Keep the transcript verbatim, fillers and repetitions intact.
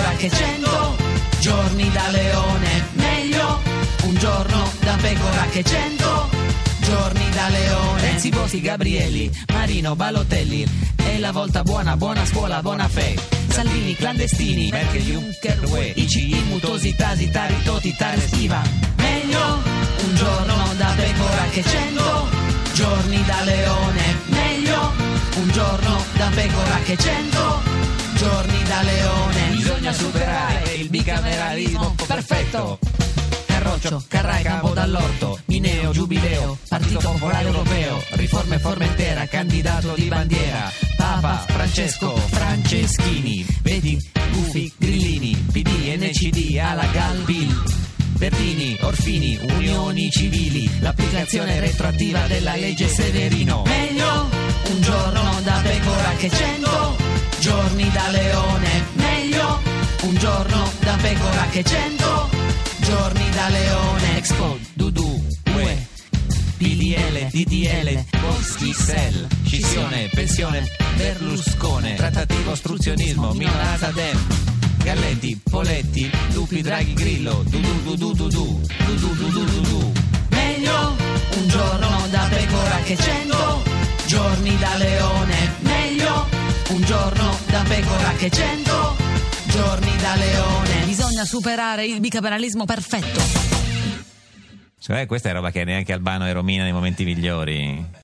pecora che cento giorni da leone. Meglio un giorno da pecora che cento giorni da leone. Renzi, Boschi, Gabrielli, Marino, Balotelli, è la volta buona, buona scuola, buona fe. Salvini, clandestini, Merkel, Juncker, U E, I C I, mutosi, tasi, tari, toti, tare, stiva. Meglio un giorno da pecora che cento giorni da leone. Meglio un giorno da pecora che cento giorni da leone. Bisogna superare il bicameralismo perfetto. Carroccio, Carrai, Campo dall'Orto, Mineo, Giubileo, Partito Popolare Europeo, riforme Formentera, candidato di bandiera, Papa, Francesco, Franceschini, vedi, Gufi, Grillini, P D, N C D, alla Galbil, Bertini, Orfini, unioni civili, l'applicazione retroattiva della legge Severino. Meglio un giorno da pecora che cento giorni da leone. Meglio un giorno da pecora che cento giorni da leone. Expo, Dudu, U E, P D L, D D L, Boschi, Sell, scissione, pensione, Berluscone, trattativo, ostruzionismo, minoranza Dem, Galletti, Poletti, Lupi, Draghi, Grillo, Dudu, Dudu, Dudu, Dudu, Dudu, Dudu. Meglio un giorno da pecora che cento giorni da leone. Meglio un giorno da pecora che cento giorni da leone. Bisogna superare il bicameralismo perfetto. Cioè, questa è roba che neanche Albano e Romina nei momenti migliori